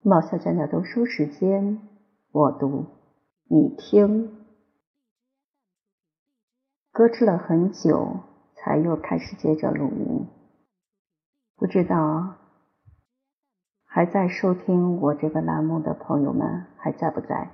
毛小娟的读书时间，我读，你听。搁置了很久，才又开始接着录音。不知道还在收听我这个栏目的朋友们还在不在？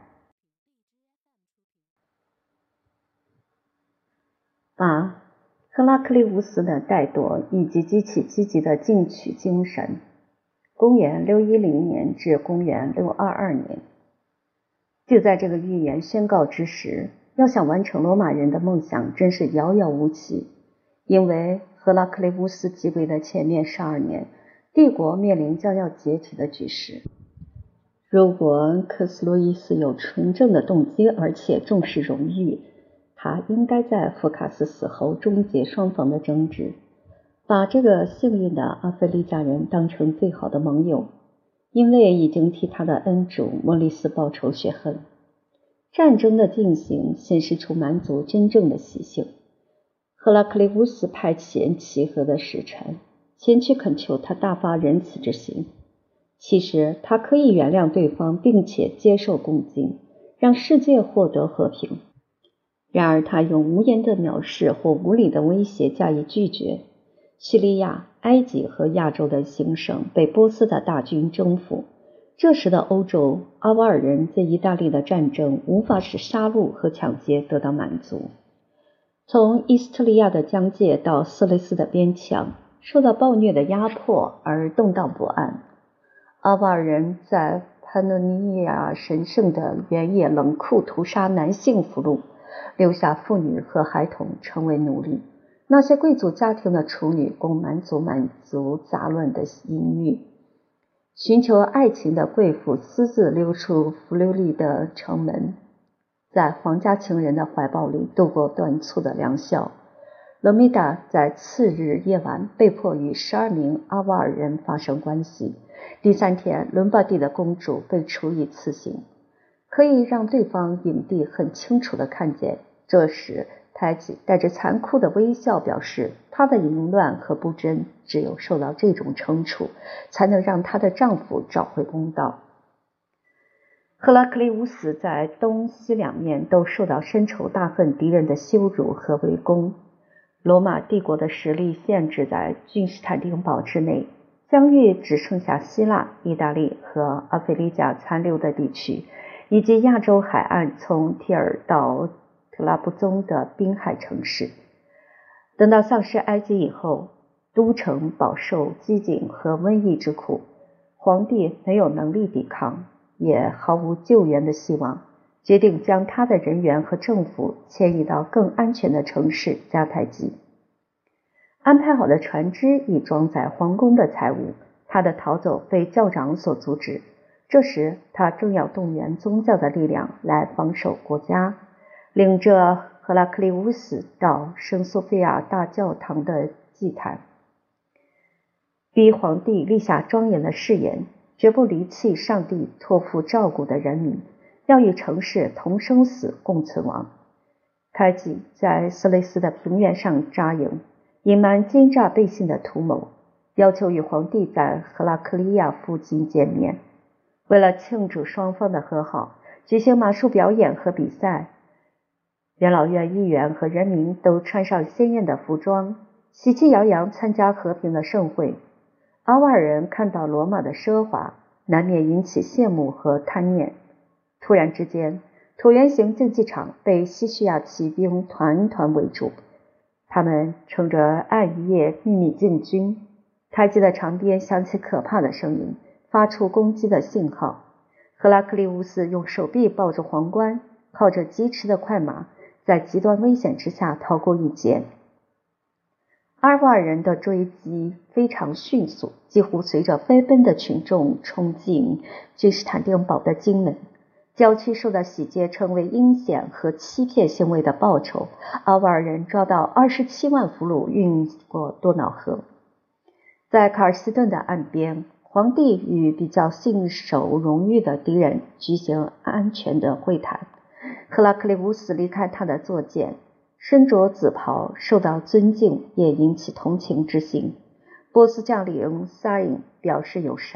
把赫拉克利乌斯的怠惰以及极其积极的进取精神，公元610年至公元622年，就在这个预言宣告之时，要想完成罗马人的梦想真是遥遥无期，因为赫拉克利乌斯即位的前面12年，帝国面临将要解体的局势。如果克斯洛伊斯有纯正的动机，而且重视荣誉，他应该在福卡斯死后终结双方的争执，把这个幸运的阿非利加人当成最好的盟友，因为已经替他的恩主莫里斯报仇雪恨。战争的进行显示出蛮族真正的习性。赫拉克利乌斯派遣契合的使臣前去恳求他大发仁慈之心，其实他可以原谅对方并且接受共进，让世界获得和平。然而他用无言的藐视或无理的威胁加以拒绝。叙利亚、埃及和亚洲的行省被波斯的大军征服，这时的欧洲阿瓦尔人在意大利的战争无法使杀戮和抢劫得到满足。从伊斯特利亚的疆界到色雷斯的边墙，受到暴虐的压迫而动荡不安。阿瓦尔人在潘诺尼亚神圣的原野冷酷屠杀男性俘虏，留下妇女和孩童成为奴隶。那些贵族家庭的处女供满足杂乱的淫欲。寻求爱情的贵妇私自溜出弗留利的城门，在皇家情人的怀抱里度过短促的良宵。罗米达在次日夜晚被迫与12名阿瓦尔人发生关系。第3天，伦巴第的公主被处以赐刑，可以让对方影帝很清楚地看见。这时太极带着残酷的微笑表示，她的淫乱和不贞只有受到这种惩处，才能让她的丈夫找回公道。赫拉克利乌斯在东西两面都受到深仇大恨敌人的羞辱和围攻。罗马帝国的实力限制在君士坦丁堡之内，疆域只剩下希腊、意大利和阿非利加残留的地区，以及亚洲海岸从提尔到特拉布宗的滨海城市。等到丧失埃及以后，都城饱受饥馑和瘟疫之苦，皇帝没有能力抵抗，也毫无救援的希望，决定将他的人员和政府迁移到更安全的城市迦太基。安排好的船只已装载皇宫的财物，他的逃走被教长所阻止。这时他正要动员宗教的力量来防守国家，领着赫拉克利乌斯到圣索菲亚大教堂的祭坛，逼皇帝立下庄严的誓言，绝不离弃上帝托付照顾的人民，要与城市同生死共存亡。开济在色雷斯的平原上扎营，隐瞒奸诈背信的图谋，要求与皇帝在赫拉克利亚附近见面。为了庆祝双方的和好，举行马术表演和比赛。元老院议员和人民都穿上鲜艳的服装，喜气洋洋参加和平的盛会。阿瓦尔人看到罗马的奢华，难免引起羡慕和贪念。突然之间，椭圆形竞技场被西叙亚骑兵团团围住，他们乘着暗夜秘密进军。台阶的长边响起可怕的声音，发出攻击的信号。赫拉克利乌斯用手臂抱住皇冠，靠着疾驰的快马，在极端危险之下逃过一劫。阿瓦尔人的追击非常迅速，几乎随着飞奔的群众冲进君士坦丁堡的京门。郊区受到洗劫成为阴险和欺骗行为的报酬。阿瓦尔人抓到27万俘虏运过多瑙河。在卡尔斯顿的岸边，皇帝与比较信守荣誉的敌人举行安全的会谈。赫拉克利乌斯离开他的坐舰，身着紫袍，受到尊敬，也引起同情之心。波斯将领萨因表示友善，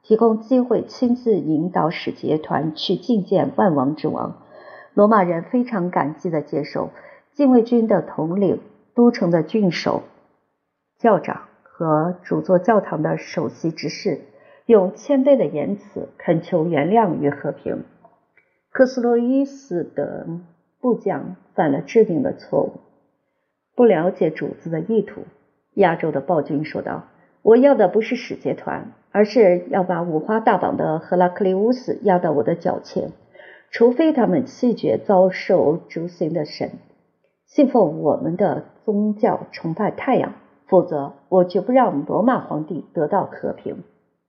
提供机会亲自引导使节团去觐见万王之王。罗马人非常感激地接受禁卫军的统领、都城的郡守、教长和主座教堂的首席执事用谦卑的言辞恳求原谅与和平。克斯洛伊斯的部将犯了致命的错误，不了解主子的意图。亚洲的暴君说道，我要的不是使节团，而是要把五花大绑的赫拉克利乌斯压到我的脚前，除非他们弃绝遭受诛刑的神，信奉我们的宗教，崇拜太阳，否则我绝不让罗马皇帝得到和平。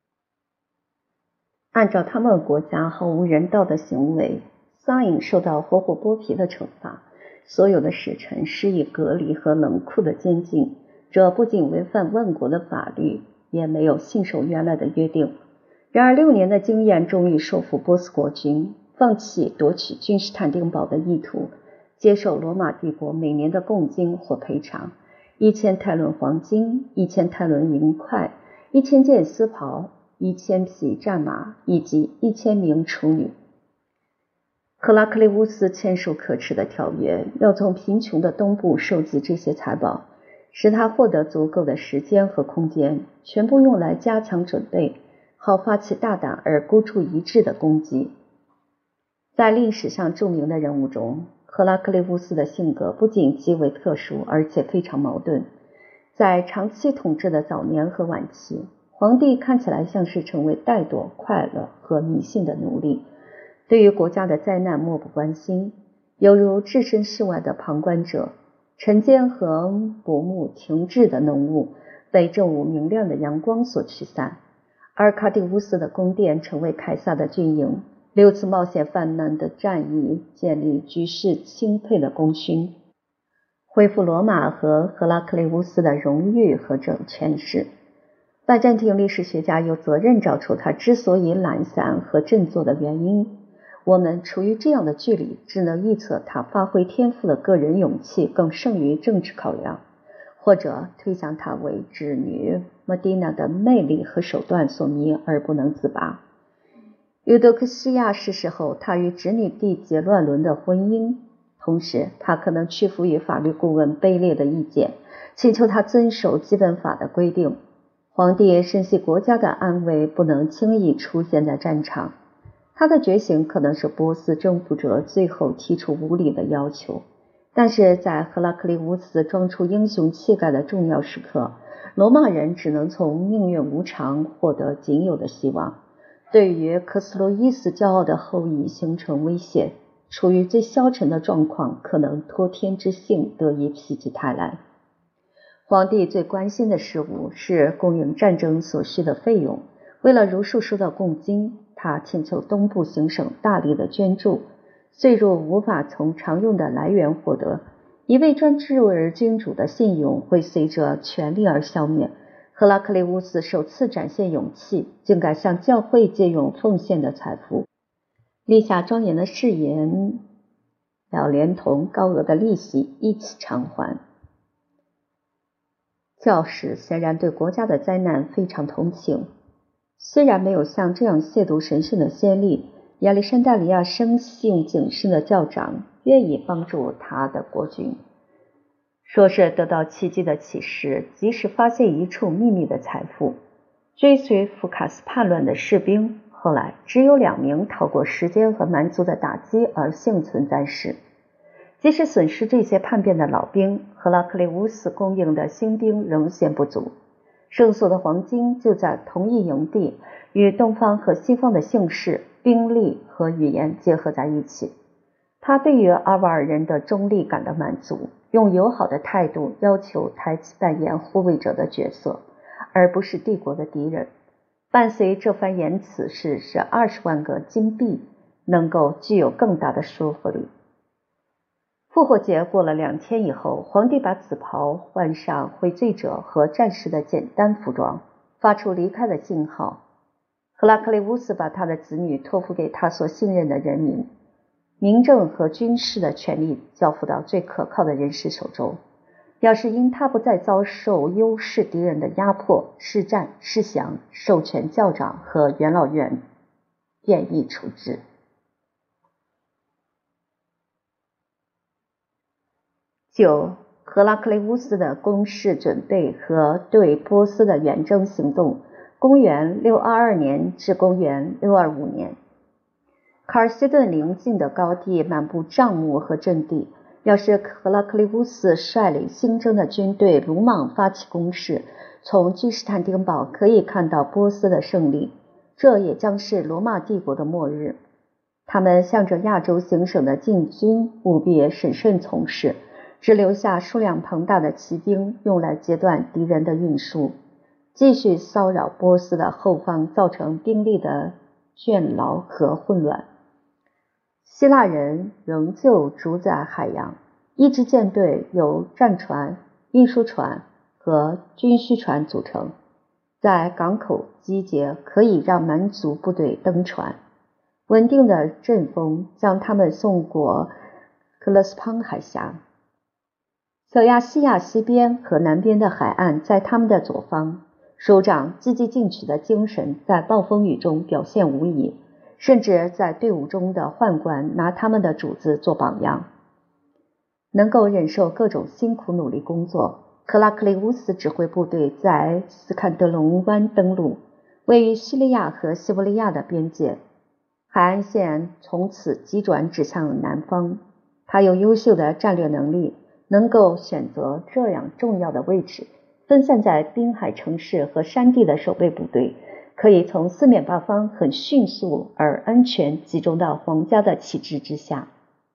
按照他们国家毫无人道的行为，撒隐受到活活剥皮的惩罚，所有的使臣施以隔离和冷酷的监禁，这不仅违反万国的法律，也没有信守原来的约定。然而6年的经验终于说服波斯国君放弃夺取君士坦丁堡的意图，接受罗马帝国每年的贡金或赔偿：1000泰伦黄金、1000泰伦银块、1000件丝袍、1000匹战马以及1000名处女。赫拉克利乌斯签署可耻的条约，要从贫穷的东部收集这些财宝，使他获得足够的时间和空间，全部用来加强准备，好发起大胆而孤注一掷的攻击。在历史上著名的人物中，赫拉克利乌斯的性格不仅极为特殊，而且非常矛盾。在长期统治的早年和晚期，皇帝看起来像是成为怠惰、快乐和迷信的奴隶，对于国家的灾难漠不关心，犹如置身事外的旁观者。晨间和薄暮停滞的浓雾被正午明亮的阳光所驱散。阿尔卡蒂乌斯的宫殿成为凯撒的军营，6次冒险犯难的战役建立举世钦佩的功勋，恢复罗马和赫拉克利乌斯的荣誉和权势。拜占庭历史学家有责任找出他之所以懒散和振作的原因。我们处于这样的距离，只能预测他发挥天赋的个人勇气更胜于政治考量，或者推想他为织女莫迪娜的魅力和手段所迷而不能自拔。尤多克西亚逝世后，他与侄女缔结乱伦的婚姻，同时他可能屈服于法律顾问卑劣的意见，请求他遵守基本法的规定。皇帝深悉国家的安危不能轻易出现在战场，他的觉醒可能是波斯征服者最后提出无理的要求，但是在赫拉克利乌斯装出英雄气概的重要时刻，罗马人只能从命运无常获得仅有的希望，对于克斯洛伊斯骄傲的后裔形成威胁，处于最消沉的状况，可能托天之幸得以否极泰来。皇帝最关心的事务是供应战争所需的费用，为了如数收到贡金，他请求东部行省大力的捐助，岁入无法从常用的来源获得，一位专制而君主的信用会随着权力而消灭。赫拉克利乌斯首次展现勇气，竟敢向教会借用奉献的财富，立下庄严的誓言，要连同高额的利息一起偿还。教士显然对国家的灾难非常同情，虽然没有像这样亵渎神圣的先例，亚历山大里亚生性谨慎的教长愿意帮助他的国君，说是得到奇迹的启示，及时发现一处秘密的财富。追随福卡斯叛乱的士兵，后来只有2名逃过时间和蛮族的打击而幸存在世。即使损失这些叛变的老兵，赫拉克利乌斯供应的新兵仍显不足。剩所的黄金就在同一营地，与东方和西方的姓氏、兵力和语言结合在一起。他对于阿瓦尔人的中立感到满足，用友好的态度要求台奇扮演护卫者的角色，而不是帝国的敌人。伴随这番言辞是20万个金币，能够具有更大的说服力。复活节过了2天以后，皇帝把紫袍换上悔罪者和战士的简单服装，发出离开的信号。赫拉克利乌斯把他的子女托付给他所信任的人民，民政和军事的权力交付到最可靠的人士手中。 要是因他不再遭受优势敌人的压迫，施战、施降、授权校长和元老院便宜处置。9. 赫拉克利乌斯的攻势准备和对波斯的远征行动，公元622年至公元625年。卡尔西顿邻近的高地满布帐幕和阵地，要是赫拉克利乌斯率领新征的军队鲁莽发起攻势，从君士坦丁堡可以看到波斯的胜利，这也将是罗马帝国的末日。他们向着亚洲行省的进军务必审慎从事，只留下数量庞大的骑兵用来截断敌人的运输，继续骚扰波斯的后方，造成兵力的倦劳和混乱。希腊人仍旧主宰海洋，一支舰队由战船、运输船和军需船组成，在港口集结，可以让蛮族部队登船。稳定的阵风将他们送过克勒斯潘海峡。小亚细亚西边和南边的海岸在他们的左方，首长积极进取的精神在暴风雨中表现无遗，甚至在队伍中的宦官拿他们的主子做榜样。能够忍受各种辛苦努力工作，赫拉克利乌斯指挥部队在斯堪德隆湾登陆，位于叙利亚和西伯利亚的边界，海岸线从此急转指向南方。他有优秀的战略能力，能够选择这样重要的位置，分散在滨海城市和山地的守备部队，可以从四面八方很迅速而安全集中到皇家的旗帜之下。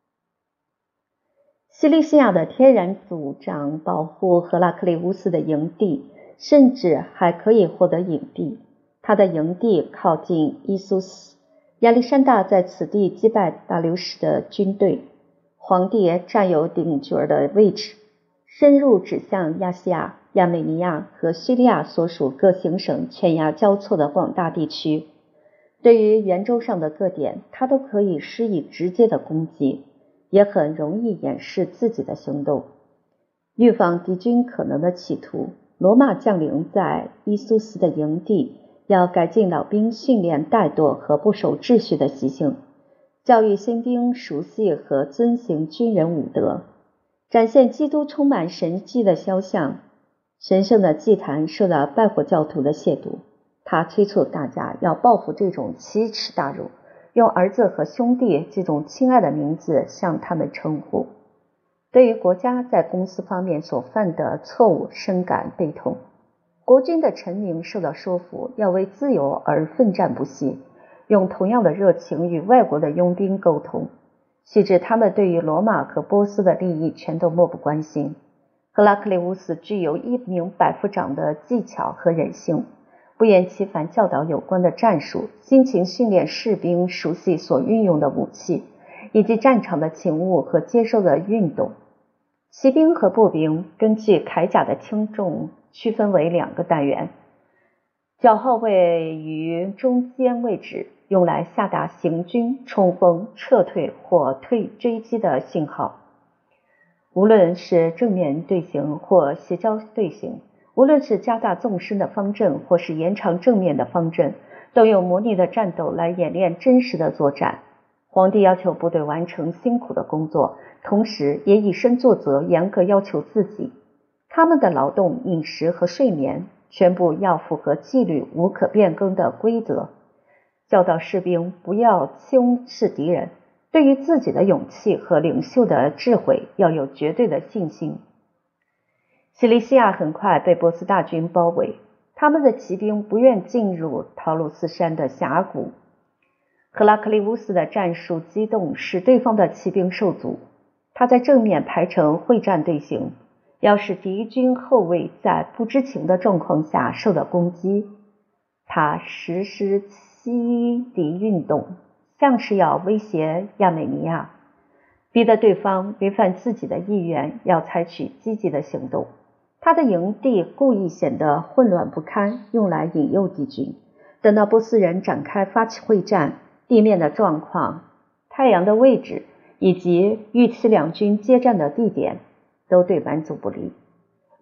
西利西亚的天然阻障保护赫拉克利乌斯的营地，甚至还可以获得隐蔽。他的营地靠近伊苏斯，亚历山大在此地击败大流士的军队，皇帝占有顶角的位置，深入指向亚细亚、亚美尼亚和叙利亚所属各行省犬牙交错的广大地区。对于圆周上的各点，他都可以施以直接的攻击，也很容易掩饰自己的行动。预防敌军可能的企图，罗马将领在伊苏斯的营地要改进老兵训练怠惰和不守秩序的习性，教育新兵熟悉和遵行军人武德，展现基督充满神迹的肖像。神圣的祭坛受到拜火教徒的亵渎，他催促大家要报复这种奇耻大辱，用儿子和兄弟这种亲爱的名字向他们称呼。对于国家在公司方面所犯的错误深感悲痛。国军的臣民受到说服，要为自由而奋战不息，用同样的热情与外国的佣兵沟通，须知他们对于罗马和波斯的利益全都漠不关心。赫拉克利乌斯具有一名百夫长的技巧和人性，不厌其烦教导有关的战术，辛勤训练士兵熟悉所运用的武器，以及战场的勤务和接受的运动。骑兵和步兵根据铠甲的轻重区分为2个单元，角号位于中间位置，用来下达行军、冲锋、撤退或追击的信号。无论是正面队形或斜交队形，无论是加大纵深的方阵或是延长正面的方阵，都用模拟的战斗来演练真实的作战。皇帝要求部队完成辛苦的工作，同时也以身作则，严格要求自己。他们的劳动、饮食和睡眠全部要符合纪律无可变更的规则。教导士兵不要轻视敌人，对于自己的勇气和领袖的智慧要有绝对的信心。西利西亚很快被波斯大军包围，他们的骑兵不愿进入陶鲁斯山的峡谷。赫拉克利乌斯的战术机动使对方的骑兵受阻，他在正面排成会战队形，要使敌军后卫在不知情的状况下受到攻击。他实施欺敌运动，像是要威胁亚美尼亚，逼得对方违反自己的意愿，要采取积极的行动。他的营地故意显得混乱不堪，用来引诱敌军。等到波斯人展开发起会战，地面的状况、太阳的位置以及预期两军接战的地点都对蛮族不利。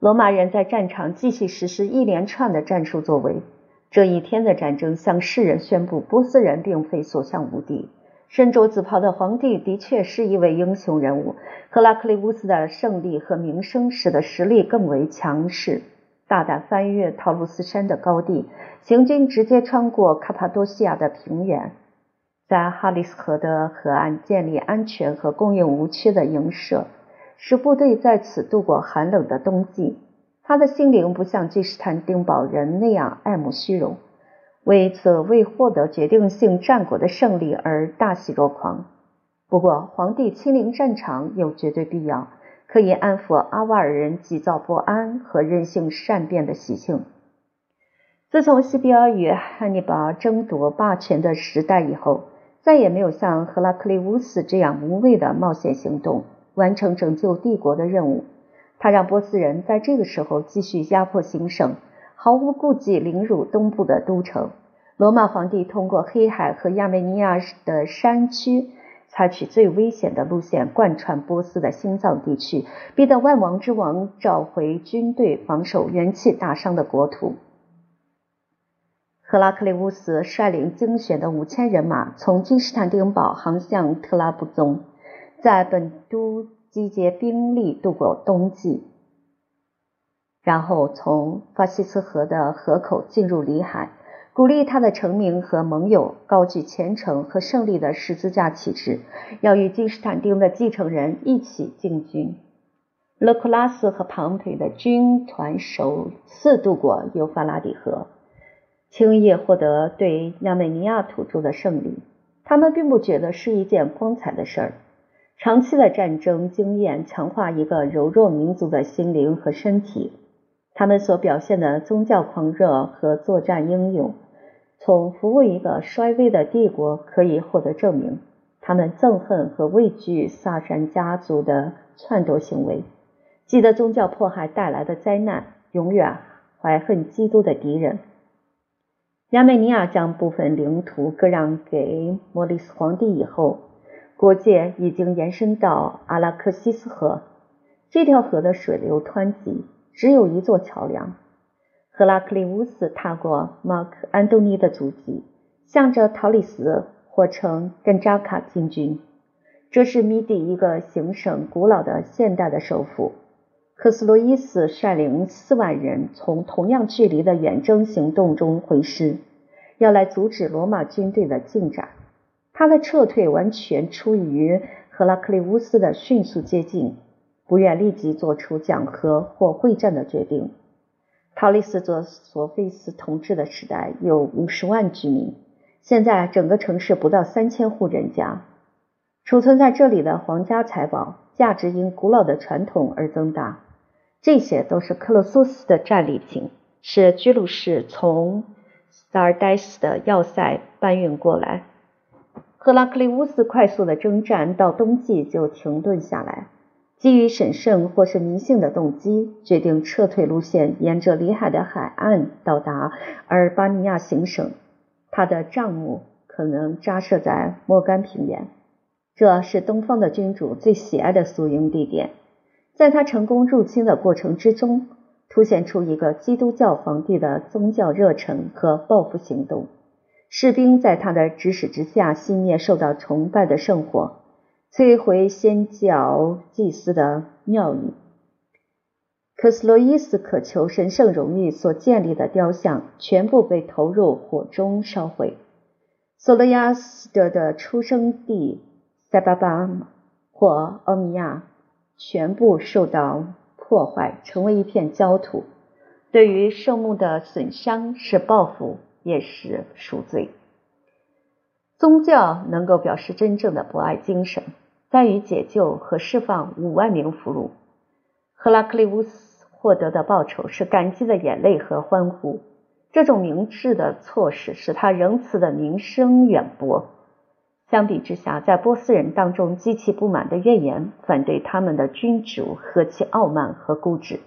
罗马人在战场继续实施一连串的战术作为。这一天的战争向世人宣布，波斯人并非所向无敌。身着紫袍的皇帝的确是一位英雄人物。赫拉克利乌斯的胜利和名声使得实力更为强势，大胆翻越陶鲁斯山的高地，行军直接穿过卡帕多西亚的平原，在哈里斯河的河岸建立安全和供应无缺的营舍，使部队在此度过寒冷的冬季。他的心灵不像君士坦丁堡人那样爱慕虚荣，为此为获得决定性战果的胜利而大喜若狂。不过皇帝亲临战场有绝对必要，可以安抚阿瓦尔人急躁不安和任性善变的习性。自从西比尔与汉尼拔争夺霸权的时代以后，再也没有像赫拉克利乌斯这样无畏的冒险行动，完成拯救帝国的任务。他让波斯人在这个时候继续压迫行省，毫无顾忌凌辱东部的都城。罗马皇帝通过黑海和亚美尼亚的山区，采取最危险的路线贯穿波斯的心脏地区，逼得万王之王召回军队防守元气大伤的国土。赫拉克利乌斯率领精选的5000人马从君士坦丁堡航向特拉布宗，在本都集结兵力度过冬季，然后从法西斯河的河口进入里海，鼓励他的臣民和盟友高举虔诚和胜利的十字架旗帜，要与君士坦丁的继承人一起进军。勒库拉斯和庞培的军团首次渡过幼发拉底河，轻易获得对亚美尼亚土著的胜利。他们并不觉得是一件光彩的事儿。长期的战争经验强化一个柔弱民族的心灵和身体，他们所表现的宗教狂热和作战英勇，从服务一个衰微的帝国可以获得证明。他们憎恨和畏惧萨珊家族的篡夺行为，记得宗教迫害带来的灾难，永远怀恨基督的敌人。亚美尼亚将部分领土割让给莫里斯皇帝以后，国界已经延伸到阿拉克西斯河。这条河的水流湍急，只有一座桥梁。赫拉克利乌斯踏过马克安东尼的足迹，向着陶里斯或称根扎卡进军。这是米底一个行省古老的现代的首府。克斯洛伊斯率领4万人从同样距离的远征行动中回师，要来阻止罗马军队的进展。他的撤退完全出于赫拉克利乌斯的迅速接近，不愿立即做出讲和或会战的决定。陶里斯做索菲斯统治的时代有50万居民，现在整个城市不到3000户人家。储存在这里的皇家财宝价值因古老的传统而增大，这些都是克洛苏斯的战利品，是居鲁士从萨尔代斯的要塞搬运过来。赫拉克利乌斯快速的征战到冬季就停顿下来，基于审慎或是迷信的动机，决定撤退路线沿着里海的海岸到达阿尔巴尼亚行省。他的帐幕可能扎设在莫干平原，这是东方的君主最喜爱的宿营地点。在他成功入侵的过程之中，凸显出一个基督教皇帝的宗教热忱和报复行动。士兵在他的指使之下熄灭受到崇拜的圣火，摧毁先教祭司的庙宇。克斯洛伊斯渴求神圣荣誉所建立的雕像全部被投入火中烧毁。索罗亚斯德的出生地塞巴巴或欧米亚全部受到破坏，成为一片焦土。对于圣墓的损伤是报复，也是赎罪。宗教能够表示真正的博爱精神，在于解救和释放5万名俘虏。赫拉克利乌斯获得的报酬是感激的眼泪和欢呼。这种明智的措施使他仁慈的名声远播。相比之下，在波斯人当中激起不满的怨言，反对他们的君主何其傲慢和固执。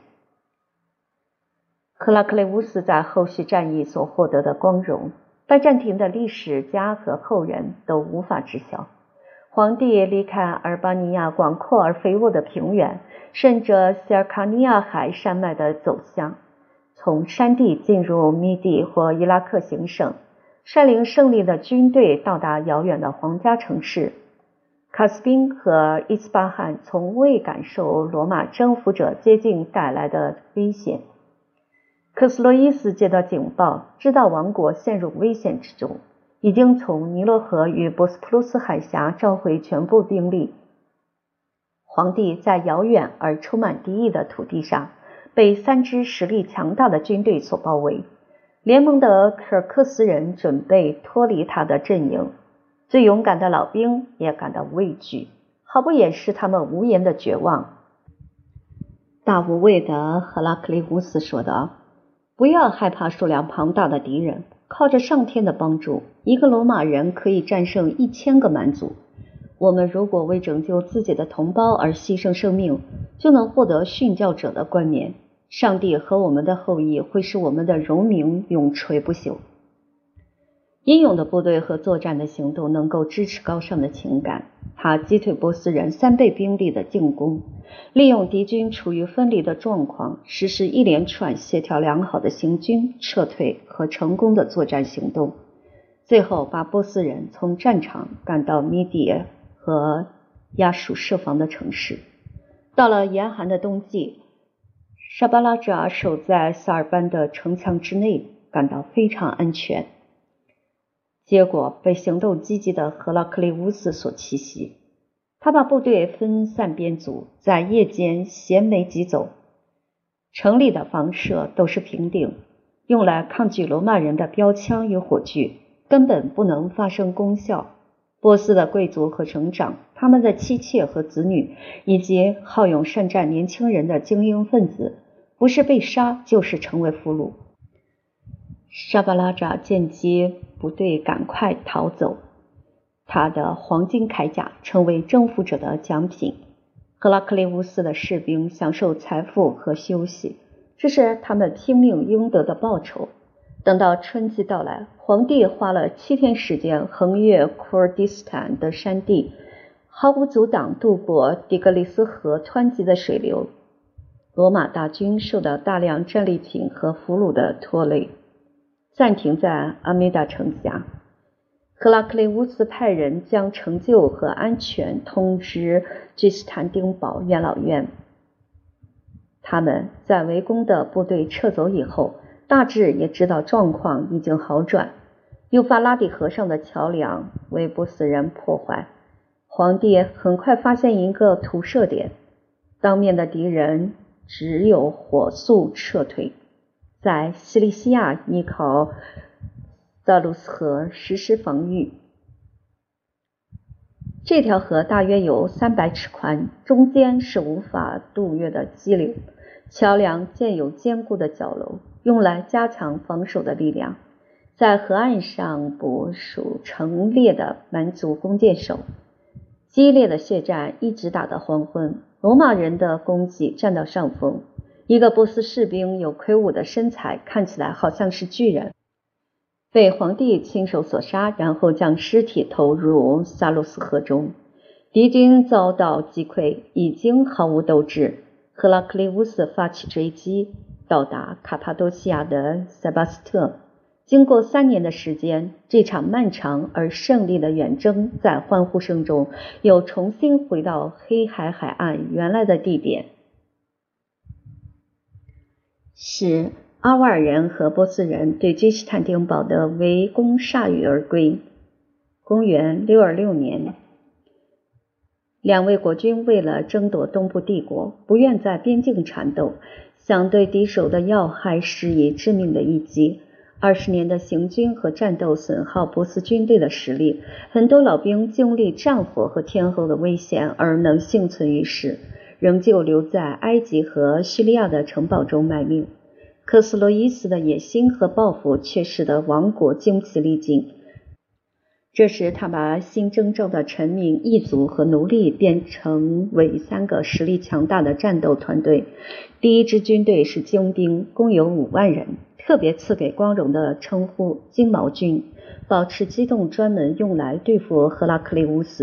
赫拉克利乌斯在后续战役所获得的光荣，拜占庭的历史家和后人都无法知晓。 皇帝离开阿尔巴尼亚广阔而肥沃的平原，顺着西尔卡尼亚海山脉的走向，从山地进入米地或伊拉克行省，率领胜利的军队到达遥远的皇家城市。卡斯宾和伊斯巴罕从未感受罗马征服者接近带来的危险。克斯洛伊斯接到警报，知道王国陷入危险之中，已经从尼罗河与博斯普鲁斯海峡召回全部兵力。皇帝在遥远而充满敌意的土地上，被3支实力强大的军队所包围。联盟的科尔克斯人准备脱离他的阵营，最勇敢的老兵也感到畏惧，毫不掩饰他们无言的绝望。大无畏的赫拉克利乌斯说道：“不要害怕数量庞大的敌人，靠着上天的帮助，一个罗马人可以战胜1000个蛮族。我们如果为拯救自己的同胞而牺牲生命，就能获得殉教者的冠冕。上帝和我们的后裔会使我们的荣名永垂不朽。”英勇的部队和作战的行动能够支持高尚的情感。他击退波斯人3倍兵力的进攻，利用敌军处于分离的状况，实施一连串协调良好的行军、撤退和成功的作战行动，最后把波斯人从战场赶到米底和亚述设防的城市。到了严寒的冬季，沙巴拉扎守在萨尔班的城墙之内，感到非常安全。结果被行动积极的赫拉克利乌斯所奇袭，他把部队分散编组，在夜间衔枚疾走。城里的房舍都是平顶，用来抗拒罗马人的标枪与火炬，根本不能发生功效。波斯的贵族和省长，他们的妻妾和子女，以及好勇善战年轻人的精英分子，不是被杀就是成为俘虏。沙巴拉扎见机部队赶快逃走，他的黄金铠甲成为征服者的奖品。赫拉克利乌斯的士兵享受财富和休息，这是他们拼命应得的报酬。等到春季到来，皇帝花了7天时间横越库尔迪斯坦的山地，毫无阻挡渡过底格里斯河湍急的水流。罗马大军受到大量战利品和俘虏的拖累，暂停在阿米达城下。赫拉克利乌斯派人将成就和安全通知君士坦丁堡元老院。他们在围攻的部队撤走以后，大致也知道状况已经好转。幼发拉底河上的桥梁为波斯人破坏，皇帝很快发现一个突射点，当面的敌人只有火速撤退，在西利西亚依靠萨鲁斯河实施防御。这条河大约有300尺宽，中间是无法渡越的激流，桥梁建有坚固的角楼，用来加强防守的力量。在河岸上部署成列的蛮族弓箭手。激烈的血战一直打到黄昏，罗马人的攻击占到上风。一个波斯士兵有魁梧的身材，看起来好像是巨人，被皇帝亲手所杀，然后将尸体投入萨鲁斯河中。敌军遭到击溃，已经毫无斗志。赫拉克利乌斯发起追击，到达卡帕多西亚的塞巴斯特。经过3年的时间，这场漫长而胜利的远征在欢呼声中又重新回到黑海海岸原来的地点，使阿瓦尔人和波斯人对君士坦丁堡的围攻铩羽而归。公元626年，两位国君为了争夺东部帝国，不愿在边境缠斗，想对敌手的要害施以致命的一击。20年的行军和战斗损耗波斯军队的实力，很多老兵经历战火和天候的危险而能幸存于世，仍旧留在埃及和叙利亚的城堡中卖命。科斯洛伊斯的野心和抱负却使得王国精疲力尽。这时他把新征召的臣民、异族和奴隶变成为3个实力强大的战斗团队。第一支军队是精兵，共有5万人，特别赐给光荣的称呼金毛军，保持机动专门用来对付赫拉克利乌斯，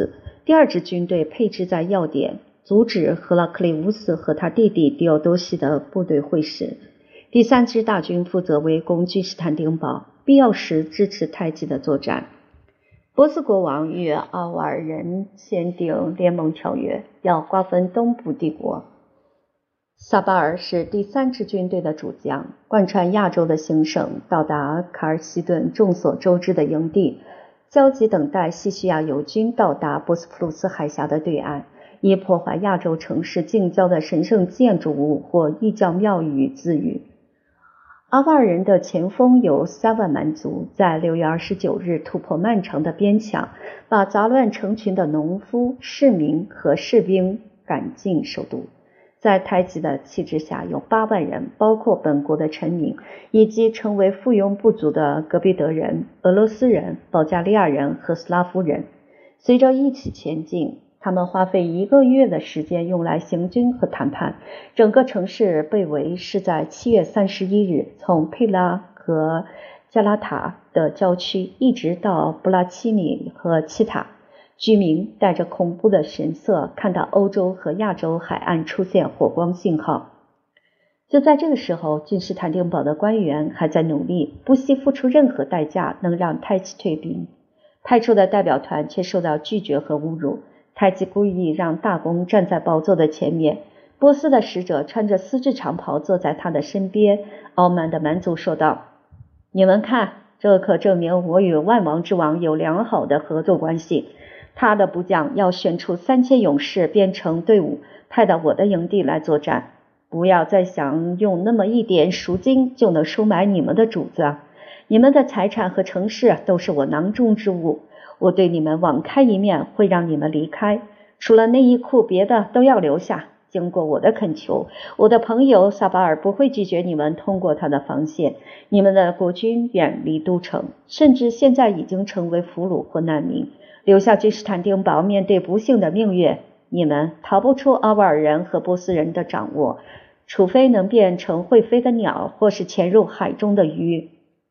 第二支军队配置在要点，阻止赫拉克利乌斯和他弟弟狄奥多西的部队会师。第三支大军负责围攻君士坦丁堡，必要时支持太极的作战。波斯国王与阿瓦尔人签订联盟条约，要瓜分东部帝国。萨巴尔是第三支军队的主将，贯穿亚洲的行省，到达卡尔西顿众所周知的营地，焦急等待西西亚友军到达博斯普鲁斯海峡的对岸，以破坏亚洲城市近郊的神圣建筑物或异教庙宇自娱。阿瓦尔人的前锋有3万蛮族，在6月29日突破漫长的边墙，把杂乱成群的农夫、市民和士兵赶进首都。在太极的旗帜下，有8万人，包括本国的臣民，以及成为附庸部族的戈壁德人、俄罗斯人、保加利亚人和斯拉夫人。随着一起前进，他们花费1个月的时间用来行军和谈判。整个城市被围是在7月31日，从佩拉和加拉塔的郊区一直到布拉奇尼和奇塔。居民带着恐怖的神色看到欧洲和亚洲海岸出现火光信号。就在这个时候，君士坦丁堡的官员还在努力，不惜付出任何代价能让太极退兵。派出的代表团却受到拒绝和侮辱。太极故意让大公站在宝座的前面，波斯的使者穿着丝质长袍坐在他的身边。傲慢的蛮族说道：“你们看，这可证明我与万王之王有良好的合作关系。他的部将要选出3000勇士编成队伍，派到我的营地来作战。不要再想用那么一点赎金就能收买你们的主子，你们的财产和城市都是我囊中之物。我对你们网开一面，会让你们离开，除了内衣裤，别的都要留下。经过我的恳求，我的朋友萨巴尔不会拒绝你们通过他的防线。你们的国军远离都城，甚至现在已经成为俘虏或难民，留下君士坦丁堡面对不幸的命运。你们逃不出阿瓦尔人和波斯人的掌握，除非能变成会飞的鸟，或是潜入海中的鱼。”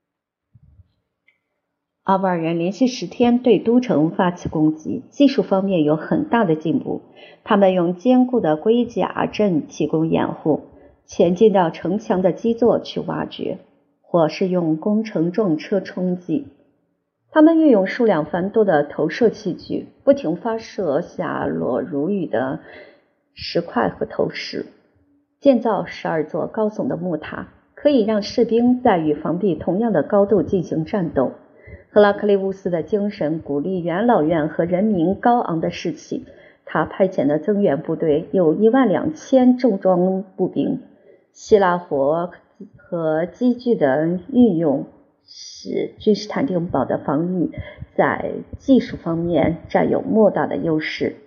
阿瓦尔人连续10天对都城发起攻击，技术方面有很大的进步。他们用坚固的龟甲阵提供掩护，前进到城墙的基座去挖掘，或是用工程撞车冲击。他们运用数量繁多的投射器具，不停发射下落如雨的石块和投石。建造12座高耸的木塔，可以让士兵在与防壁同样的高度进行战斗。赫拉克利乌斯的精神鼓励元老院和人民高昂的士气。他派遣的增援部队有12000重装步兵。希腊火和机具的运用使君士坦丁堡的防御在技术方面占有莫大的优势。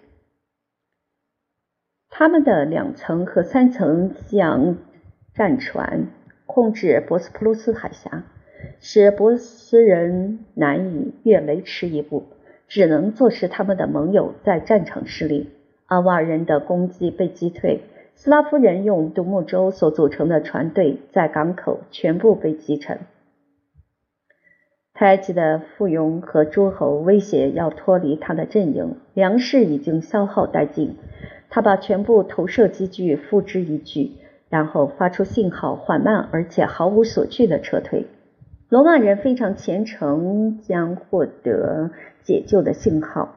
他们的2层和3层将战船控制博斯普鲁斯海峡，使波斯人难以越雷池一步，只能坐视他们的盟友在战场失利。阿瓦尔人的攻击被击退，斯拉夫人用独木舟所组成的船队在港口全部被击沉。太极的附庸和诸侯威胁要脱离他的阵营，粮食已经消耗殆尽。他把全部投射机具付之一炬，然后发出信号，缓慢而且毫无所惧地撤退。罗马人非常虔诚，将获得解救的信号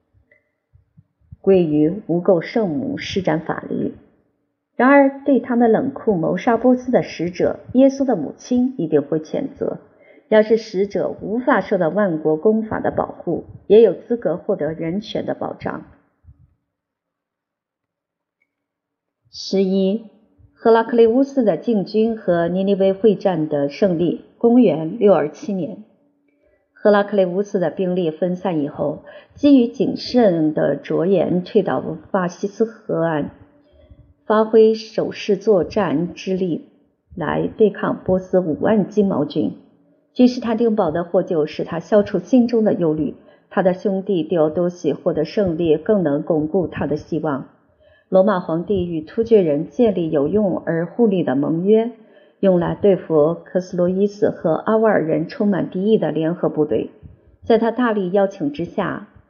归于无垢圣母施展法律。然而对他们冷酷谋杀波斯的使者，耶稣的母亲一定会谴责。要是使者无法受到万国公法的保护，也有资格获得人权的保障。11. 赫拉克利乌斯的进军和尼尼微会战的胜利。公元627年，赫拉克利乌斯的兵力分散以后，基于谨慎的着眼退到法西斯河岸，发挥守势作战之力来对抗波斯5万金毛军。君士坦丁堡的获救使他消除心中的忧虑，他的兄弟狄奥多西获得胜利更能巩固他的希望。罗马皇帝与突厥人建立有用而互利的盟约，用来对付科斯洛伊斯和阿瓦尔人充满敌意的联合部队。在他大力邀请之下，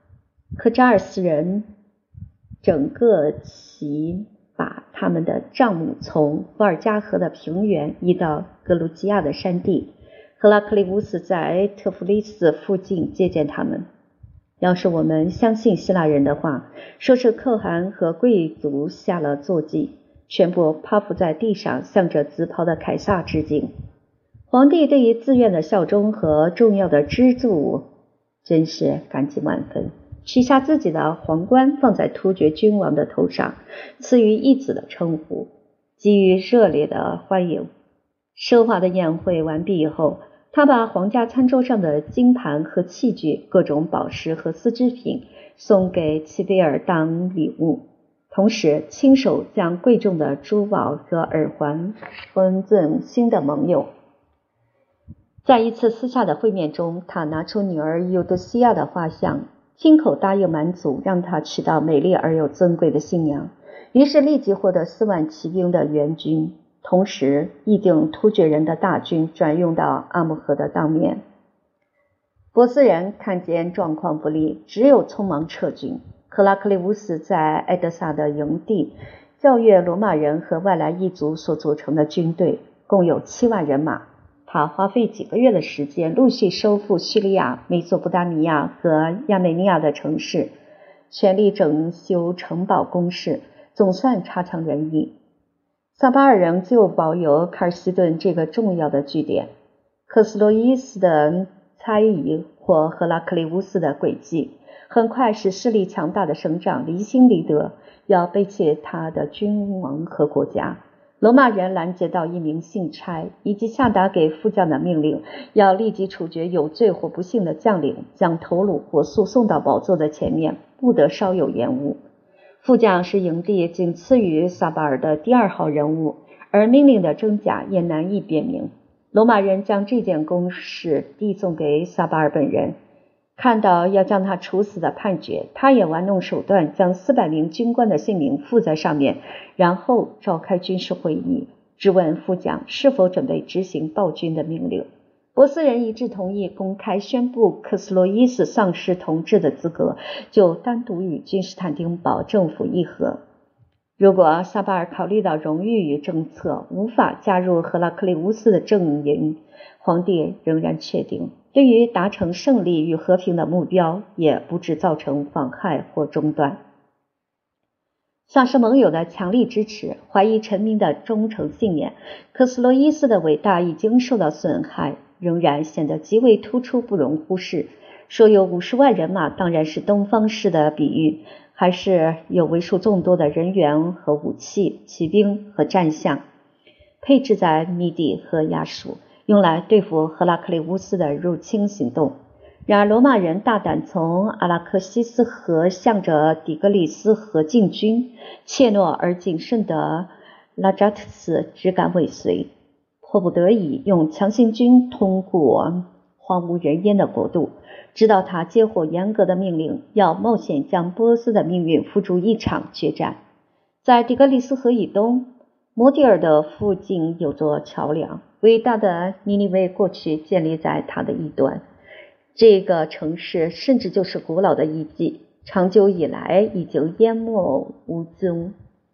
可扎尔斯人整个齐把他们的帐幕从伏尔加河的平原移到格鲁吉亚的山地。赫拉克利乌斯在特弗利斯附近接见他们。要是我们相信希腊人的话，说是可汗和贵族下了坐骑，全部趴伏在地上，向着紫袍的凯撒致敬。皇帝对于自愿的效忠和重要的资助真是感激万分，取下自己的皇冠放在突厥君王的头上，赐予义子的称呼，给予热烈的欢迎。奢华的宴会完毕以后，他把皇家餐桌上的金盘和器具、各种宝石和丝织品送给齐贝尔当礼物，同时亲手将贵重的珠宝和耳环分赠新的盟友。在一次私下的会面中，他拿出女儿尤多西亚的画像，亲口答应蛮族让她娶到美丽而又尊贵的新娘，于是立即获得4万骑兵的援军，同时议定突厥人的大军转用到阿姆河的当面。波斯人看见状况不利，只有匆忙撤军。赫拉克利乌斯在埃德萨的营地调阅罗马人和外来异族所组成的军队，共有7万人马。他花费几个月的时间，陆续收复叙利亚、美索不达米亚和亚美尼亚的城市，全力整修城堡工事，总算差强人意。萨巴尔人就保有卡尔西顿这个重要的据点。克斯洛伊斯的猜疑或赫拉克利乌斯的诡计，很快使势力强大的省长离心离德，要背弃他的君王和国家。罗马人拦截到一名信差，以及下达给副将的命令，要立即处决有罪或不幸的将领，将头颅火速送到宝座的前面，不得稍有延误。副将是营地仅次于萨巴尔的第2号人物，而命令的真假也难以辨明。罗马人将这件公事递送给萨巴尔本人，看到要将他处死的判决，他也玩弄手段，将400名军官的姓名附在上面，然后召开军事会议，质问副将是否准备执行暴君的命令。波斯人一致同意公开宣布克斯洛伊斯丧失统治的资格，就单独与君士坦丁堡政府议和。如果萨巴尔考虑到荣誉与政策，无法加入赫拉克利乌斯的阵营，皇帝仍然确定对于达成胜利与和平的目标也不致造成妨害或中断。丧失盟友的强力支持，怀疑臣民的忠诚信念，克斯洛伊斯的伟大已经受到损害，仍然显得极为突出，不容忽视。说有50万人马当然是东方式的比喻，还是有为数众多的人员和武器、骑兵和战象，配置在米底和亚述，用来对付赫拉克利乌斯的入侵行动。然而罗马人大胆从阿拉克西斯河向着底格里斯河进军，怯懦而谨慎的拉扎特斯只敢尾随，迫不得已用强行军通过荒无人烟的国度，直到他接获严格的命令，要冒险将波斯的命运付诸一场决战。在底格里斯河以东，摩底尔的附近有座桥梁，伟大的尼尼微过去建立在它的一端。这个城市甚至就是古老的遗迹，长久以来已经淹没无踪。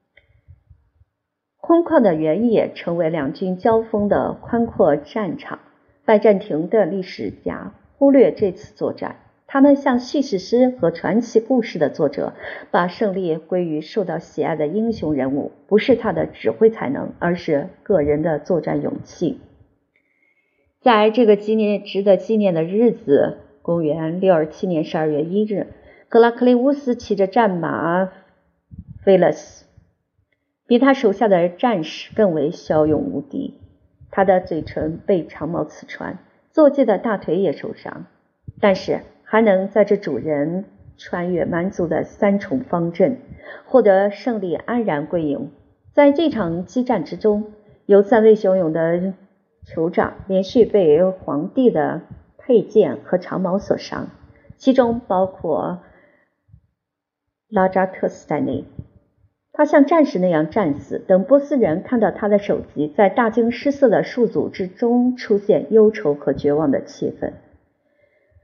空旷的原野成为两军交锋的宽阔战场。拜占庭的历史家忽略这次作战，他们像叙事诗和传奇故事的作者，把胜利归于受到喜爱的英雄人物，不是他的指挥才能，而是个人的作战勇气。在这个值得纪念的日子，公元627年12月1日，格拉克利乌斯骑着战马菲勒斯，比他手下的战士更为骁勇无敌。他的嘴唇被长矛刺穿，坐骑的大腿也受伤，但是还能载着主人穿越蛮族的3重方阵，获得胜利，安然归营。在这场激战之中，有3位骁勇的酋长连续被皇帝的佩剑和长矛所伤，其中包括拉扎特斯在内。他像战士那样战死，等波斯人看到他的首级在大惊失色的戍卒之中出现忧愁和绝望的气氛。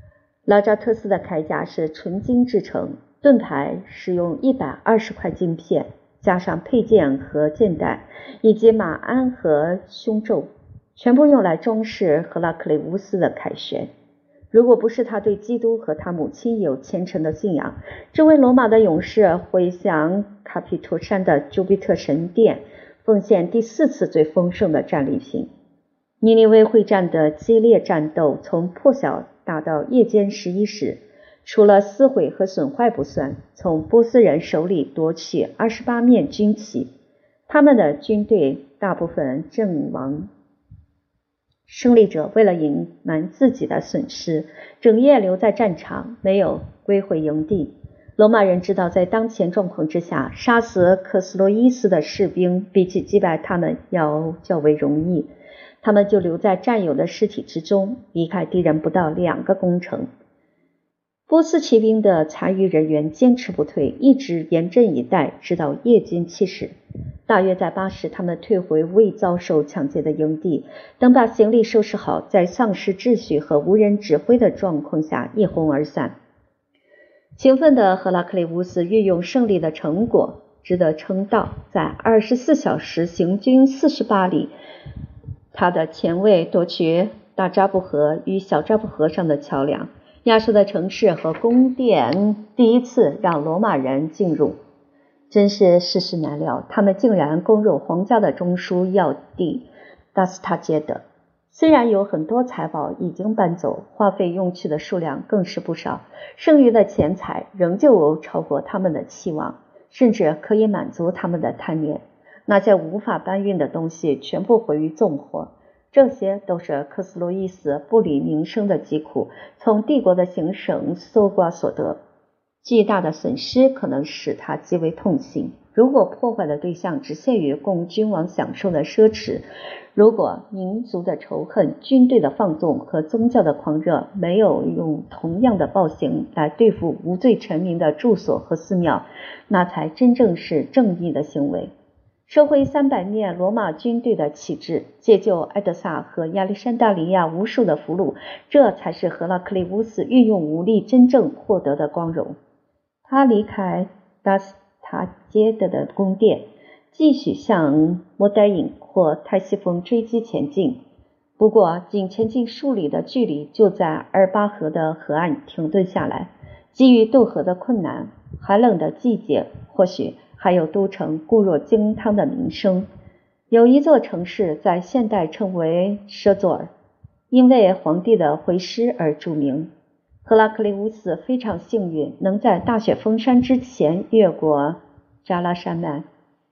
拉扎特斯的铠甲是纯金制成，盾牌使用120块金片，加上配件和箭带，以及马鞍和胸咒，全部用来装饰赫拉克利乌斯的凯旋。如果不是他对基督和他母亲有虔诚的信仰，这位罗马的勇士会向卡皮托山的朱庇特神殿奉献第4次最丰盛的战利品。尼尼微会战的激烈战斗从破晓打到夜间11时，除了撕毁和损坏不算，从波斯人手里夺取28面军旗，他们的军队大部分阵亡。胜利者为了隐瞒自己的损失，整夜留在战场，没有归回营地。罗马人知道，在当前状况之下，杀死克斯洛伊斯的士兵比起击败他们要较为容易，他们就留在战友的尸体之中，离开敌人不到2个攻城。波斯骑兵的残余人员坚持不退，一直严阵以待，直到夜间7时。大约在8时，他们退回未遭受抢劫的营地，等把行李收拾好，在丧失秩序和无人指挥的状况下一哄而散。勤奋的赫拉克利乌斯运用胜利的成果，值得称道。在24小时行军48里，他的前卫夺取大扎布河与小扎布河上的桥梁，亚述的城市和宫殿第一次让罗马人进入。真是世事难料，他们竟然攻入皇家的中枢要地达斯塔杰德。虽然有很多财宝已经搬走，花费用去的数量更是不少，剩余的钱财仍旧超过他们的期望，甚至可以满足他们的贪念。那些无法搬运的东西全部毁于纵火，这些都是克斯洛伊斯不理民生的疾苦从帝国的行省搜刮所得。巨大的损失可能使他极为痛心。如果破坏的对象只限于供君王享受的奢侈，如果民族的仇恨、军队的放纵和宗教的狂热没有用同样的暴行来对付无罪臣民的住所和寺庙，那才真正是正义的行为。收回300面罗马军队的旗帜，解救埃德萨和亚历山大里亚无数的俘虏，这才是赫拉克利乌斯运用武力真正获得的光荣。他离开达斯塔杰德的宫殿，继续向莫代因或泰西峰追击前进。不过仅前进数里的距离，就在阿尔巴河的河岸停顿下来。基于渡河的困难，寒冷的季节，或许还有都城固若金汤的名声。有一座城市在现代称为舍佐尔，因为皇帝的回师而著名。赫拉克利乌斯非常幸运，能在大雪封山之前越过扎拉山脉，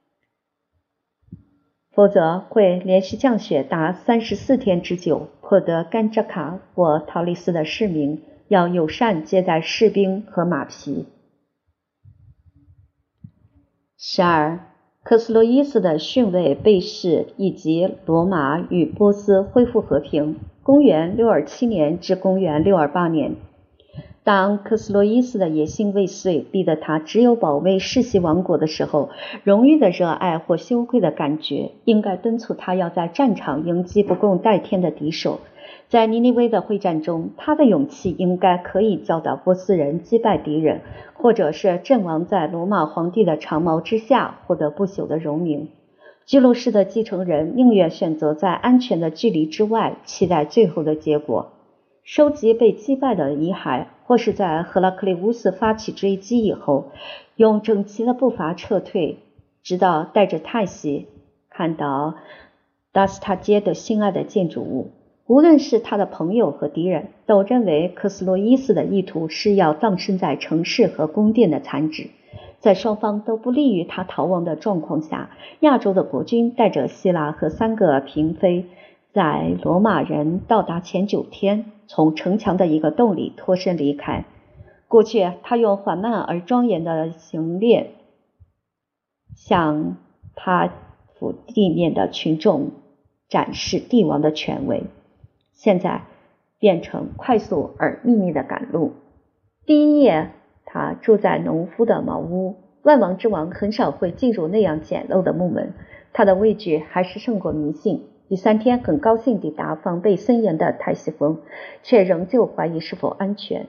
否则会连续降雪达34天之久，迫得甘扎卡或陶利斯的市民要友善接待士兵和马匹。12. 克斯洛伊斯的逊位被弑以及罗马与波斯恢复和平。公元627年至公元628年，当克斯洛伊斯的野心未遂，逼得他只有保卫世袭王国的时候，荣誉的热爱或羞愧的感觉应该敦促他要在战场迎击不共戴天的敌手。在尼尼微的会战中，他的勇气应该可以教导波斯人击败敌人，或者是阵亡在罗马皇帝的长矛之下，获得不朽的荣名。居鲁士的继承人宁愿选择在安全的距离之外，期待最后的结果。收集被击败的遗骸，或是在赫拉克利乌斯发起追击以后，用整齐的步伐撤退，直到带着叹息看到达斯塔街的心爱的建筑物。无论是他的朋友和敌人，都认为克斯洛伊斯的意图是要葬身在城市和宫殿的残址。在双方都不利于他逃亡的状况下，亚洲的国军带着希腊和3个嫔妃，在罗马人到达前9天，从城墙的一个洞里脱身离开。过去他用缓慢而庄严的行列向他府地面的群众展示帝王的权威，现在变成快速而秘密的赶路。第一夜，他住在农夫的茅屋，万王之王很少会进入那样简陋的木门，他的畏惧还是胜过迷信。第3天很高兴抵达防备森严的泰西峰，却仍旧怀疑是否安全。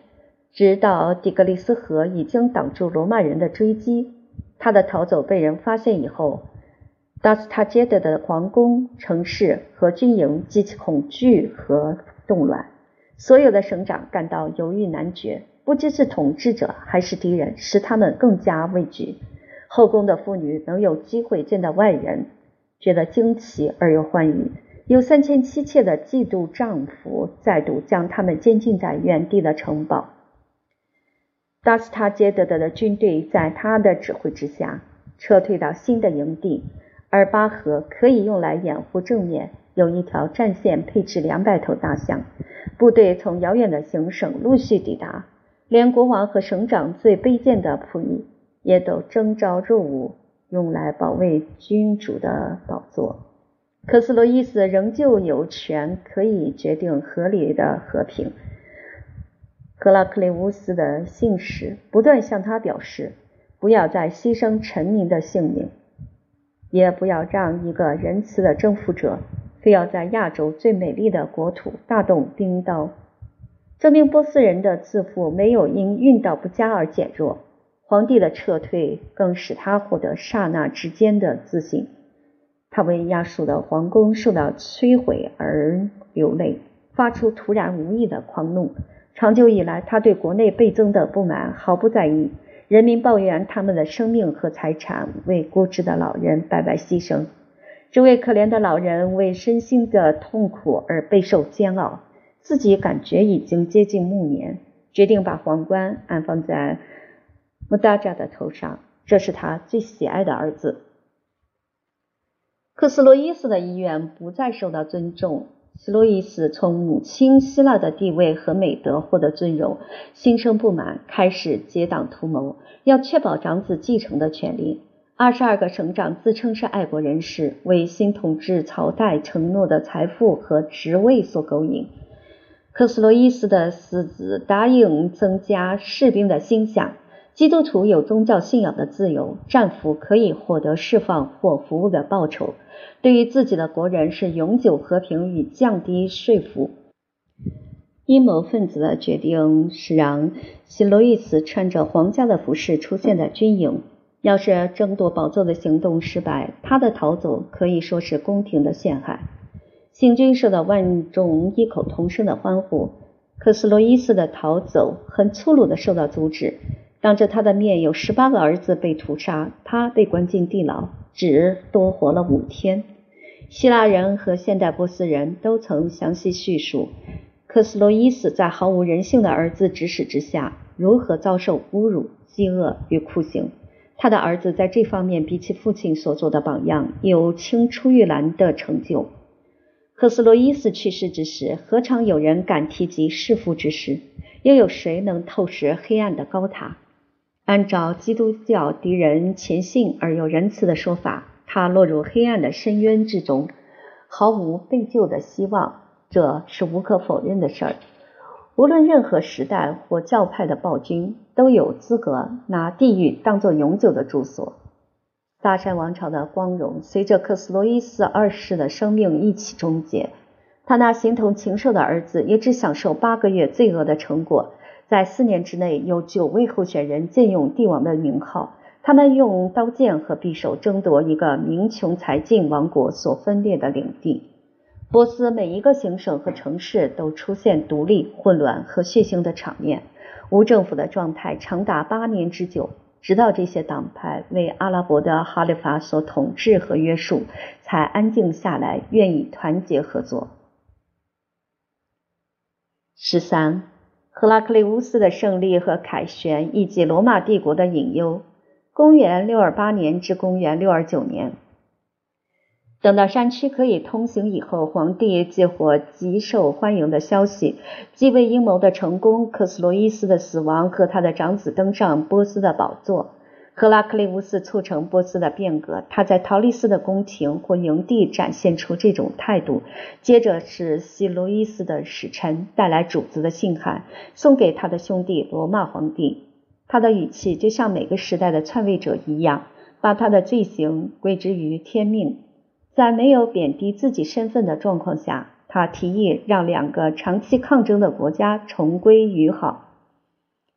直到底格里斯河已经挡住罗马人的追击，他的逃走被人发现以后，达斯塔杰德的皇宫、城市和军营激起恐惧和动乱，所有的省长感到犹豫难决，不知是统治者还是敌人使他们更加畏惧。后宫的妇女能有机会见到外人，觉得惊奇而又欢愉，有3000妻妾的嫉妒丈夫再度将他们监禁在原地的城堡。达斯塔杰德的军队在他的指挥之下撤退到新的营地，而巴河可以用来掩护正面，有一条战线配置200头大象，部队从遥远的行省陆续抵达，连国王和省长最卑贱的仆役也都征召入伍，用来保卫君主的宝座。科斯洛伊斯仍旧有权可以决定合理的和平。赫拉克利乌斯的信使不断向他表示，不要再牺牲臣民的性命，也不要让一个仁慈的征服者非要在亚洲最美丽的国土大动兵刀。这名波斯人的自负没有因运道不佳而减弱，皇帝的撤退更使他获得刹那之间的自信。他为亚述的皇宫受到摧毁而流泪，发出突然无意的狂怒。长久以来，他对国内倍增的不满毫不在意，人民抱怨他们的生命和财产为孤稚的老人白白牺牲。这位可怜的老人为身心的痛苦而备受煎熬，自己感觉已经接近暮年，决定把皇冠安放在穆达扎的头上，这是他最喜爱的儿子。克斯洛伊斯的意愿不再受到尊重，斯洛伊斯从母亲希腊的地位和美德获得尊荣，心生不满，开始结党图谋，要确保长子继承的权利。22个省长自称是爱国人士，为新统治朝代承诺的财富和职位所勾引。克斯洛伊斯的私子答应增加士兵的薪饷，基督徒有宗教信仰的自由，战俘可以获得释放或服务的报酬，对于自己的国人是永久和平与降低税负。阴谋分子的决定是让希罗伊斯穿着皇家的服饰出现在军营，要是争夺宝座的行动失败，他的逃走可以说是宫廷的陷害。行军受到万众异口同声的欢呼，克斯洛伊斯的逃走很粗鲁地受到阻止，当着他的面有18个儿子被屠杀，他被关进地牢，只多活了5天。希腊人和现代波斯人都曾详细叙述克斯洛伊斯在毫无人性的儿子指使之下如何遭受侮辱、饥饿与酷刑。他的儿子在这方面比其父亲所做的榜样有青出于蓝的成就。克斯洛伊斯去世之时，何尝有人敢提及弑父之事？又有谁能透视黑暗的高塔？按照基督教敌人虔信而又仁慈的说法，他落入黑暗的深渊之中，毫无被救的希望，这是无可否认的事儿。无论任何时代或教派的暴君都有资格拿地狱当作永久的住所。萨珊王朝的光荣随着克斯洛伊斯2世的生命一起终结，他那形同禽兽的儿子也只享受8个月罪恶的成果。在4年之内，有9位候选人借用帝王的名号，他们用刀剑和匕首争夺一个民穷财尽王国所分裂的领地。波斯每一个行省和城市都出现独立、混乱和血腥的场面，无政府的状态长达8年之久，直到这些党派为阿拉伯的哈里发所统治和约束，才安静下来，愿意团结合作。13. 赫拉克利乌斯的胜利和凯旋以及罗马帝国的隐忧。公元628年至公元629年。等到山区可以通行以后，皇帝接获极受欢迎的消息，继位阴谋的成功，克斯洛伊斯的死亡和他的长子登上波斯的宝座。赫拉克利乌斯促成波斯的变革，他在陶利斯的宫廷或营地展现出这种态度。接着是希罗伊斯的使臣带来主子的信函，送给他的兄弟罗马皇帝。他的语气就像每个时代的篡位者一样，把他的罪行归之于天命。在没有贬低自己身份的状况下，他提议让2个长期抗争的国家重归于好。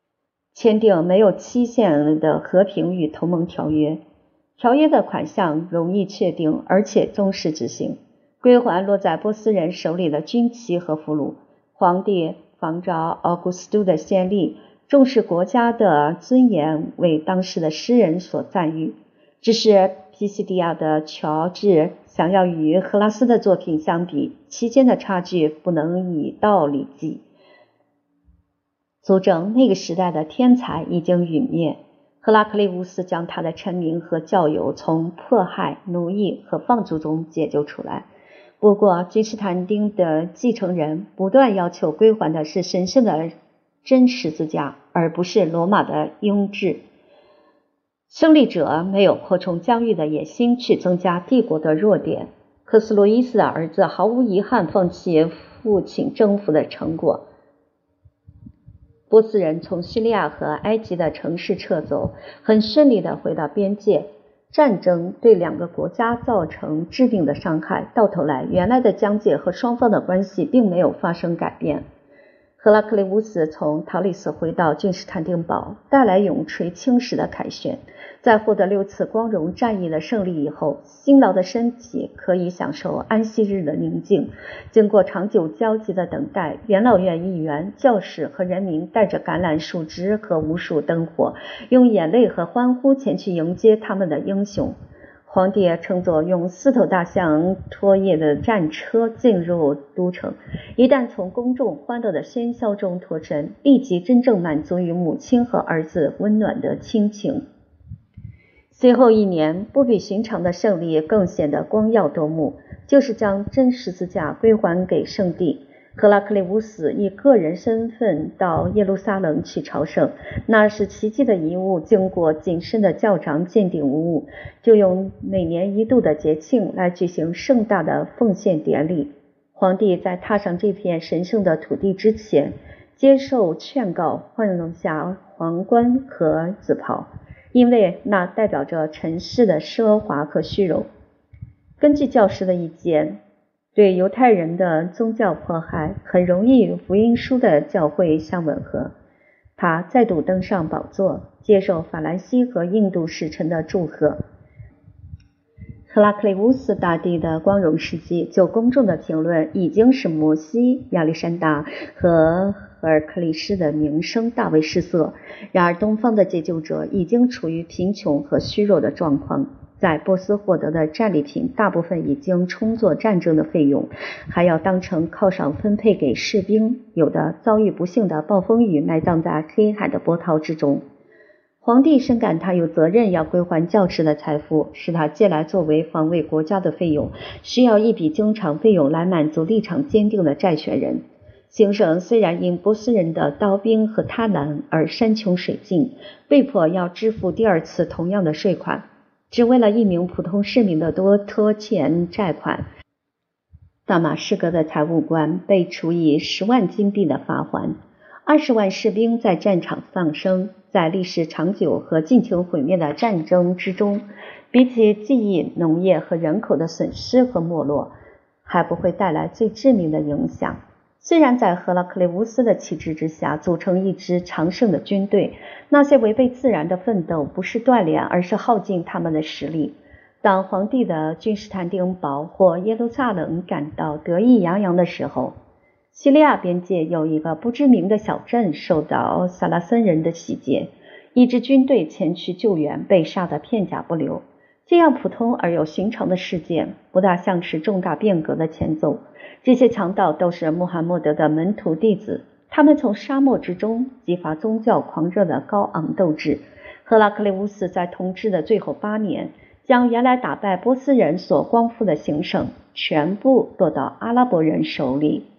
签订没有期限的和平与同盟条约。条约的款项容易确定，而且忠实执行。归还落在波斯人手里的军旗和俘虏。皇帝仿照奥古斯都的先例，重视国家的尊严，为当时的诗人所赞誉。只是皮西迪亚的乔治想要与荷拉斯的作品相比，其间的差距不能以道理计，足证那个时代的天才已经陨灭。赫拉克利乌斯将他的臣民和教友从迫害、奴役和放逐中解救出来。不过君士坦丁的继承人不断要求归还的是神圣的真十字架，而不是罗马的雍制。胜利者没有扩充疆域的野心去增加帝国的弱点。克斯洛伊斯的儿子毫无遗憾放弃父亲征服的成果。波斯人从叙利亚和埃及的城市撤走，很顺利地回到边界。战争对两个国家造成致命的伤害，到头来原来的疆界和双方的关系并没有发生改变。赫拉克利乌斯从陶里斯回到君士坦丁堡，带来永垂青史的凯旋。在获得6次光荣战役的胜利以后，辛劳的身体可以享受安息日的宁静。经过长久焦急的等待，元老院议员、教士和人民带着橄榄树枝和无数灯火，用眼泪和欢呼前去迎接他们的英雄。皇帝乘坐用4头大象拖曳的战车进入都城，一旦从公众欢乐的喧嚣中脱身，立即真正满足于母亲和儿子温暖的亲情。随后1年，不比寻常的胜利更显得光耀夺目，就是将真十字架归还给圣地。赫拉克利乌斯以个人身份到耶路撒冷去朝圣，那是奇迹的遗物，经过谨慎的校长鉴定无误，就用每年1度的节庆来举行盛大的奉献典礼。皇帝在踏上这片神圣的土地之前，接受劝告，换下皇冠和紫袍，因为那代表着尘世的奢华和虚荣。根据教师的意见，对犹太人的宗教迫害很容易与福音书的教诲相吻合。他再度登上宝座，接受法兰西和印度使臣的祝贺。赫拉克利乌斯大帝的光荣事迹，就公众的评论已经使摩西、亚历山大和赫尔克利斯的名声大为失色。然而东方的解救者已经处于贫穷和虚弱的状况。在波斯获得的战利品大部分已经充作战争的费用，还要当成犒赏分配给士兵，有的遭遇不幸的暴风雨埋葬在黑海的波涛之中。皇帝深感他有责任要归还教士的财富，使他借来作为防卫国家的费用，需要一笔经常费用来满足立场坚定的债权人。行省虽然因波斯人的刀兵和贪婪而山穷水尽，被迫要支付第2次同样的税款，只为了1名普通市民的多拖欠债款。大马士革的财务官被处以10万金币的罚款，20万士兵在战场丧生。在历史长久和尽情毁灭的战争之中，比起记忆、农业和人口的损失和没落，还不会带来最致命的影响。虽然在赫拉克利乌斯的旗帜之下组成一支强盛的军队，那些违背自然的奋斗不是锻炼，而是耗尽他们的实力。当皇帝的君士坦丁堡或耶路撒冷感到得意洋洋的时候，叙利亚边界有一个不知名的小镇受到萨拉森人的洗劫，一支军队前去救援，被杀得片甲不留。这样普通而又寻常的事件，不大像是重大变革的前奏。这些强盗都是穆罕默德的门徒弟子，他们从沙漠之中激发宗教狂热的高昂斗志。赫拉克利乌斯在统治的最后8年，将原来打败波斯人所光复的行省全部落到阿拉伯人手里。